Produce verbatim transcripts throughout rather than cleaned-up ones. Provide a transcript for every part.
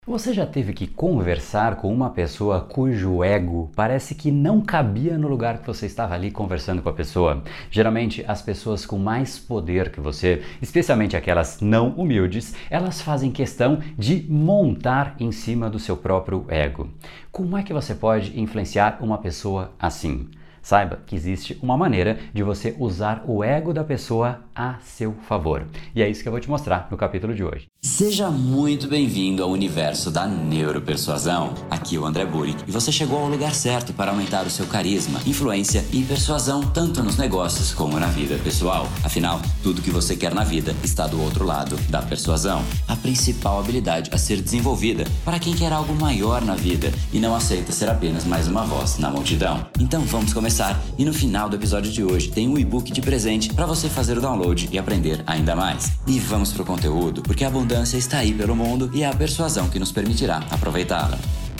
Você já teve que conversar com uma pessoa cujo ego parece que não cabia no lugar que você estava ali conversando com a pessoa? Geralmente, as pessoas com mais poder que você, especialmente aquelas não humildes, elas fazem questão de montar em cima do seu próprio ego. Como é que você pode influenciar uma pessoa assim? Saiba que existe uma maneira de você usar o ego da pessoa a seu favor. E é isso que eu vou te mostrar no capítulo de hoje. Seja muito bem-vindo ao universo da neuropersuasão. Aqui é o André Buri e você chegou ao lugar certo para aumentar o seu carisma, influência e persuasão tanto nos negócios como na vida pessoal. Afinal, tudo que você quer na vida está do outro lado da persuasão. A principal habilidade a ser desenvolvida para quem quer algo maior na vida e não aceita ser apenas mais uma voz na multidão. Então vamos começar e no final do episódio de hoje tem um e-book de presente para você fazer o download e aprender ainda mais. E vamos pro conteúdo, porque a abundância está aí pelo mundo e é a persuasão que nos permitirá aproveitá-la.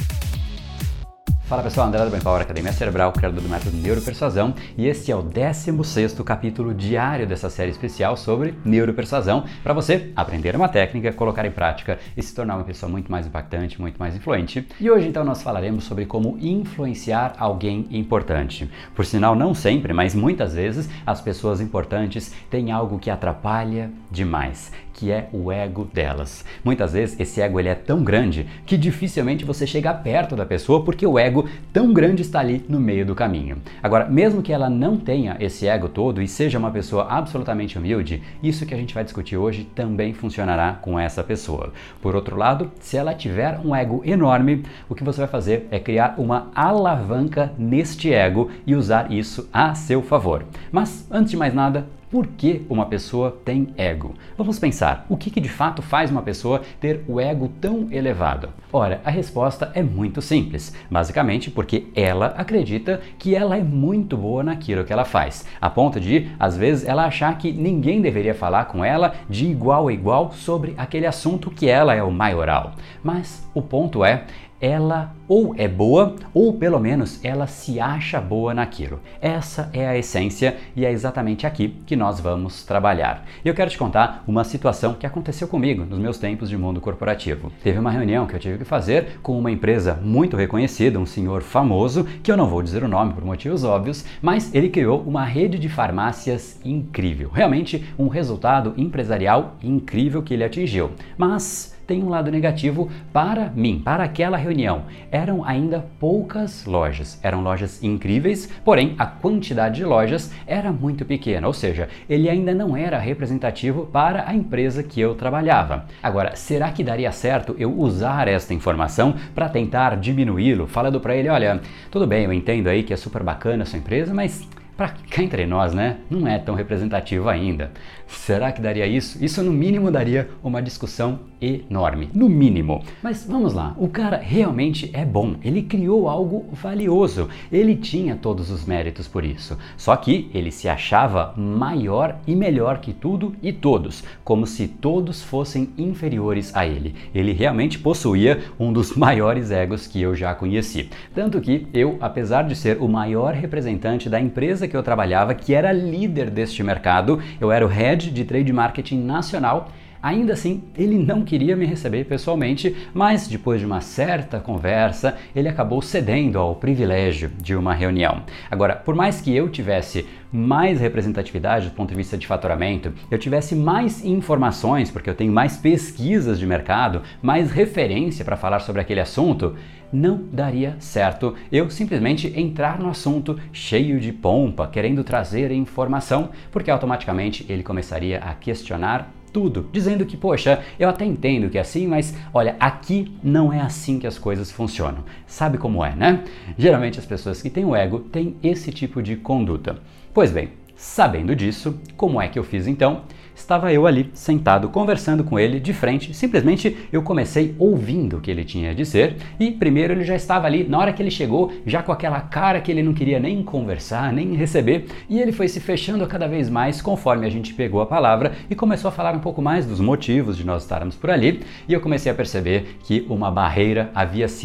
Fala pessoal, André do Brain Power Academia Cerebral, criador do método Neuropersuasão, e este é o décimo sexto capítulo diário dessa série especial sobre neuropersuasão, para você aprender uma técnica, colocar em prática e se tornar uma pessoa muito mais impactante, muito mais influente. E hoje então nós falaremos sobre como influenciar alguém importante. Por sinal, não sempre, mas muitas vezes as pessoas importantes têm algo que atrapalha demais, que é o ego delas. Muitas vezes esse ego ele é tão grande que dificilmente você chega perto da pessoa porque o ego tão grande está ali no meio do caminho. Agora, mesmo que ela não tenha esse ego todo e seja uma pessoa absolutamente humilde, isso que a gente vai discutir hoje também funcionará com essa pessoa. Por outro lado, se ela tiver um ego enorme, o que você vai fazer é criar uma alavanca neste ego e usar isso a seu favor. Mas, antes de mais nada, por que uma pessoa tem ego? Vamos pensar, o que, que de fato faz uma pessoa ter o ego tão elevado? Ora, a resposta é muito simples. Basicamente porque ela acredita que ela é muito boa naquilo que ela faz. A ponto de, às vezes, ela achar que ninguém deveria falar com ela de igual a igual sobre aquele assunto que ela é o maioral. Mas o ponto é, ela ou é boa, ou pelo menos ela se acha boa naquilo. Essa é a essência e é exatamente aqui que nós vamos trabalhar. E eu quero te contar uma situação que aconteceu comigo nos meus tempos de mundo corporativo. Teve uma reunião que eu tive que fazer com uma empresa muito reconhecida, um senhor famoso, que eu não vou dizer o nome por motivos óbvios, mas ele criou uma rede de farmácias incrível. Realmente um resultado empresarial incrível que ele atingiu. Mas tem um lado negativo para mim, para aquela reunião. Eram ainda poucas lojas, eram lojas incríveis, porém a quantidade de lojas era muito pequena, ou seja, ele ainda não era representativo para a empresa que eu trabalhava. Agora, será que daria certo eu usar esta informação para tentar diminuí-lo, falando para ele, olha, tudo bem, eu entendo aí que é super bacana a sua empresa, mas para cá entre nós, né? Não é tão representativo ainda. Será que daria isso? Isso no mínimo daria uma discussão enorme, no mínimo. Mas vamos lá, o cara realmente é bom, ele criou algo valioso, ele tinha todos os méritos por isso. Só que ele se achava maior e melhor que tudo e todos, como se todos fossem inferiores a ele. Ele realmente possuía um dos maiores egos que eu já conheci. Tanto que eu, apesar de ser o maior representante da empresa que eu trabalhava, que era líder deste mercado, eu era o head de trade marketing nacional. Ainda assim, ele não queria me receber pessoalmente, mas depois de uma certa conversa, ele acabou cedendo ao privilégio de uma reunião. Agora, por mais que eu tivesse mais representatividade do ponto de vista de faturamento, eu tivesse mais informações, porque eu tenho mais pesquisas de mercado, mais referência para falar sobre aquele assunto, não daria certo eu simplesmente entrar no assunto cheio de pompa, querendo trazer informação, porque automaticamente ele começaria a questionar tudo, dizendo que, poxa, eu até entendo que é assim, mas olha, aqui não é assim que as coisas funcionam. Sabe como é, né? Geralmente as pessoas que têm o ego têm esse tipo de conduta. Pois bem, sabendo disso, como é que eu fiz então? Estava eu ali, sentado, conversando com ele de frente, simplesmente eu comecei ouvindo o que ele tinha a dizer e primeiro ele já estava ali, na hora que ele chegou, já com aquela cara que ele não queria nem conversar, nem receber, e ele foi se fechando cada vez mais conforme a gente pegou a palavra e começou a falar um pouco mais dos motivos de nós estarmos por ali, e eu comecei a perceber que uma barreira havia sido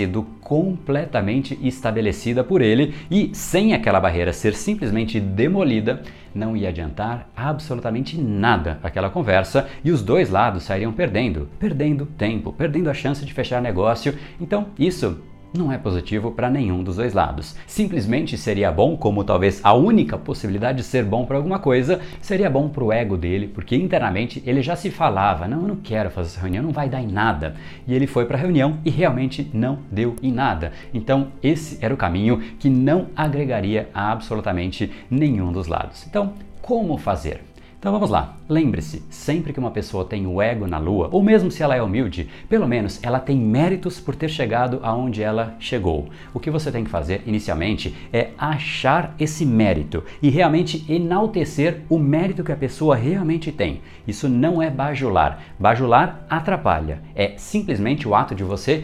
completamente estabelecida por ele e, sem aquela barreira ser simplesmente demolida, não ia adiantar absolutamente nada aquela conversa e os dois lados sairiam perdendo, perdendo tempo, perdendo a chance de fechar negócio. Então, isso não é positivo para nenhum dos dois lados. Simplesmente seria bom, como talvez a única possibilidade de ser bom para alguma coisa, seria bom para o ego dele, porque internamente ele já se falava, não, eu não quero fazer essa reunião, não vai dar em nada. E ele foi para a reunião e realmente não deu em nada. Então esse era o caminho que não agregaria a absolutamente nenhum dos lados. Então, como fazer? Então vamos lá, lembre-se, sempre que uma pessoa tem o ego na lua, ou mesmo se ela é humilde, pelo menos ela tem méritos por ter chegado aonde ela chegou. O que você tem que fazer inicialmente é achar esse mérito e realmente enaltecer o mérito que a pessoa realmente tem. Isso não é bajular. Bajular atrapalha. É simplesmente o ato de você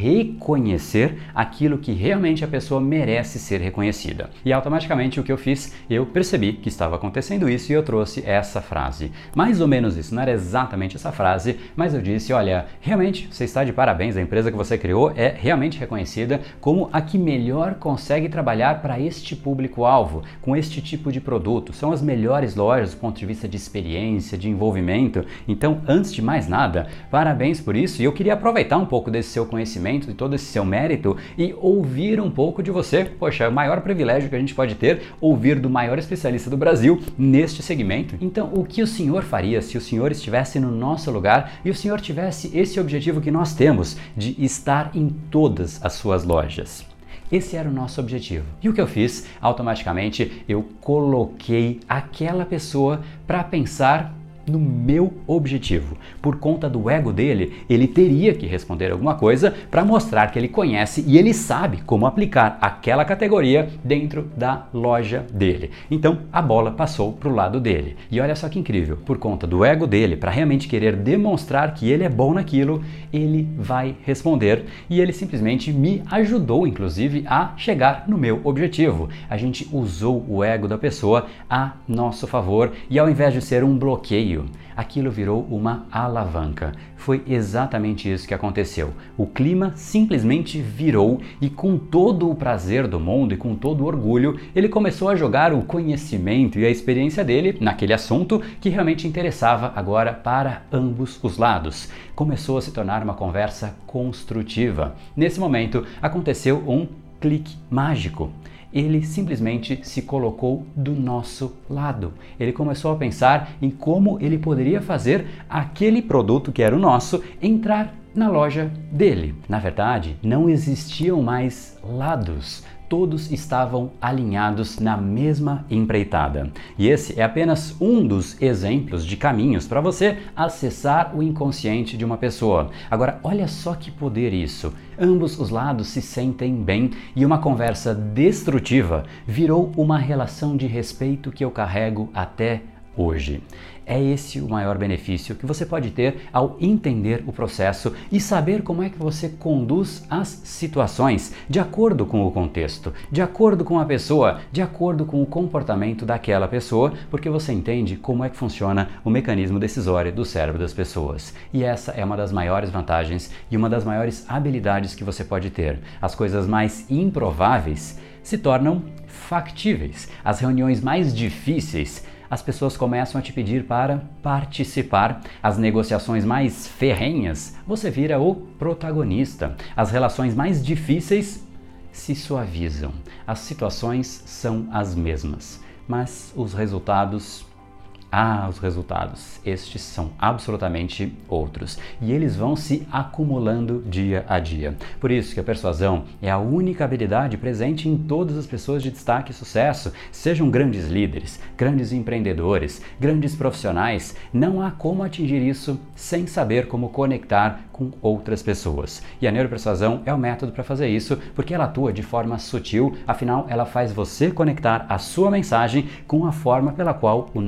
reconhecer aquilo que realmente a pessoa merece ser reconhecida. E automaticamente o que eu fiz, eu percebi que estava acontecendo isso e eu trouxe essa frase. Mais ou menos isso, não era exatamente essa frase, mas eu disse, olha, realmente você está de parabéns, a empresa que você criou é realmente reconhecida como a que melhor consegue trabalhar para este público-alvo, com este tipo de produto. São as melhores lojas do ponto de vista de experiência, de envolvimento. Então, antes de mais nada, parabéns por isso e eu queria aproveitar um pouco desse seu conhecimento, de todo esse seu mérito e ouvir um pouco de você. Poxa, é o maior privilégio que a gente pode ter, ouvir do maior especialista do Brasil neste segmento. Então, o que o senhor faria se o senhor estivesse no nosso lugar e o senhor tivesse esse objetivo que nós temos de estar em todas as suas lojas? Esse era o nosso objetivo. E o que eu fiz? Automaticamente eu coloquei aquela pessoa para pensar no meu objetivo. Por conta do ego dele, ele teria que responder alguma coisa para mostrar que ele conhece e ele sabe como aplicar aquela categoria dentro da loja dele. Então, a bola passou para o lado dele. E olha só que incrível, por conta do ego dele, para realmente querer demonstrar que ele é bom naquilo, ele vai responder e ele simplesmente me ajudou, inclusive, a chegar no meu objetivo. A gente usou o ego da pessoa a nosso favor e ao invés de ser um bloqueio, aquilo virou uma alavanca. Foi exatamente isso que aconteceu. O clima simplesmente virou e com todo o prazer do mundo e com todo o orgulho, ele começou a jogar o conhecimento e a experiência dele naquele assunto que realmente interessava agora para ambos os lados. Começou a se tornar uma conversa construtiva. Nesse momento, aconteceu um clique mágico. Ele simplesmente se colocou do nosso lado. Ele começou a pensar em como ele poderia fazer aquele produto que era o nosso entrar na loja dele. Na verdade, não existiam mais lados. Todos estavam alinhados na mesma empreitada. E esse é apenas um dos exemplos de caminhos para você acessar o inconsciente de uma pessoa. Agora, olha só que poder isso. Ambos os lados se sentem bem e uma conversa destrutiva virou uma relação de respeito que eu carrego até hoje. É esse o maior benefício que você pode ter ao entender o processo e saber como é que você conduz as situações de acordo com o contexto, de acordo com a pessoa, de acordo com o comportamento daquela pessoa, porque você entende como é que funciona o mecanismo decisório do cérebro das pessoas. E essa é uma das maiores vantagens e uma das maiores habilidades que você pode ter. As coisas mais improváveis se tornam factíveis. As reuniões mais difíceis, as pessoas começam a te pedir para participar. As negociações mais ferrenhas, você vira o protagonista. As relações mais difíceis se suavizam. As situações são as mesmas, mas os resultados... Ah, os resultados, estes são absolutamente outros e eles vão se acumulando dia a dia. Por isso que a persuasão é a única habilidade presente em todas as pessoas de destaque e sucesso, sejam grandes líderes, grandes empreendedores, grandes profissionais, não há como atingir isso sem saber como conectar com outras pessoas. E a neuropersuasão é o método para fazer isso, porque ela atua de forma sutil, afinal ela faz você conectar a sua mensagem com a forma pela qual o nosso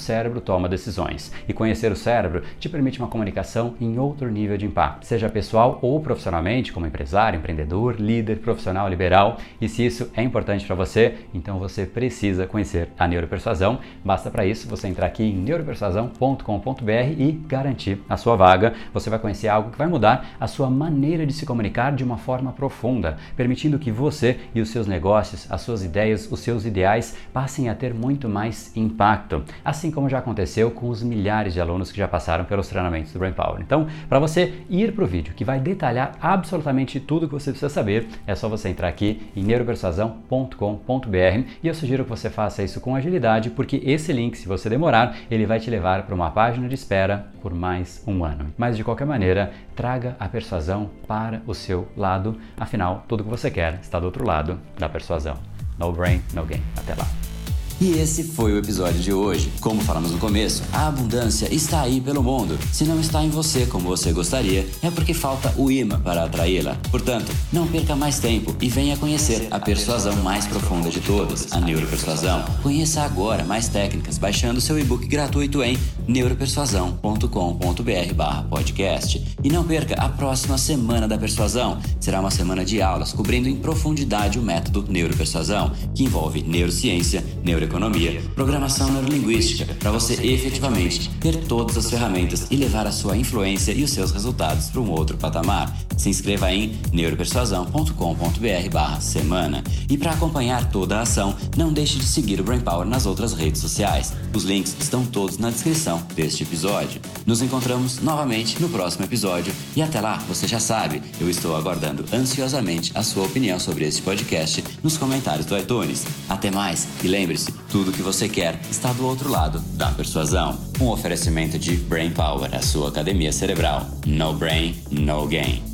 cérebro toma decisões. E conhecer o cérebro te permite uma comunicação em outro nível de impacto, seja pessoal ou profissionalmente, como empresário, empreendedor, líder, profissional liberal. E se isso é importante para você, então você precisa conhecer a neuropersuasão. Basta para isso você entrar aqui em neuropersuasão ponto com ponto b r e garantir a sua vaga. Você vai conhecer algo que vai mudar a sua maneira de se comunicar de uma forma profunda, permitindo que você e os seus negócios, as suas ideias, os seus ideais passem a ter muito mais impacto, assim como já aconteceu com os milhares de alunos que já passaram pelos treinamentos do Brain Power. Então, para você ir para o vídeo que vai detalhar absolutamente tudo que você precisa saber, é só você entrar aqui em neuropersuasão ponto com ponto b r e eu sugiro que você faça isso com agilidade, porque esse link, se você demorar, ele vai te levar para uma página de espera por mais um ano. Mas de qualquer maneira, traga a persuasão para o seu lado, afinal, tudo que você quer está do outro lado da persuasão. No brain, no gain. Até lá. E esse foi o episódio de hoje. Como falamos no começo, a abundância está aí pelo mundo. Se não está em você como você gostaria, é porque falta o imã para atraí-la. Portanto, não perca mais tempo e venha conhecer a persuasão mais profunda de todas, a neuropersuasão. Conheça agora mais técnicas baixando seu e-book gratuito em neuropersuasão ponto com ponto b r barra podcast. E não perca a próxima Semana da Persuasão. Será uma semana de aulas cobrindo em profundidade o método neuropersuasão, que envolve neurociência, neuroeconomia, economia, programação neurolinguística, para você efetivamente ter todas as ferramentas e levar a sua influência e os seus resultados para um outro patamar. Se inscreva em neuropersuasão ponto com ponto b r barra semana. E para acompanhar toda a ação, não deixe de seguir o Brain Power nas outras redes sociais. Os links estão todos na descrição deste episódio. Nos encontramos novamente no próximo episódio e até lá, você já sabe, eu estou aguardando ansiosamente a sua opinião sobre este podcast nos comentários do iTunes. Até mais e lembre-se, tudo que você quer está do outro lado da persuasão. Um oferecimento de Brain Power, a sua academia cerebral. No brain, no gain.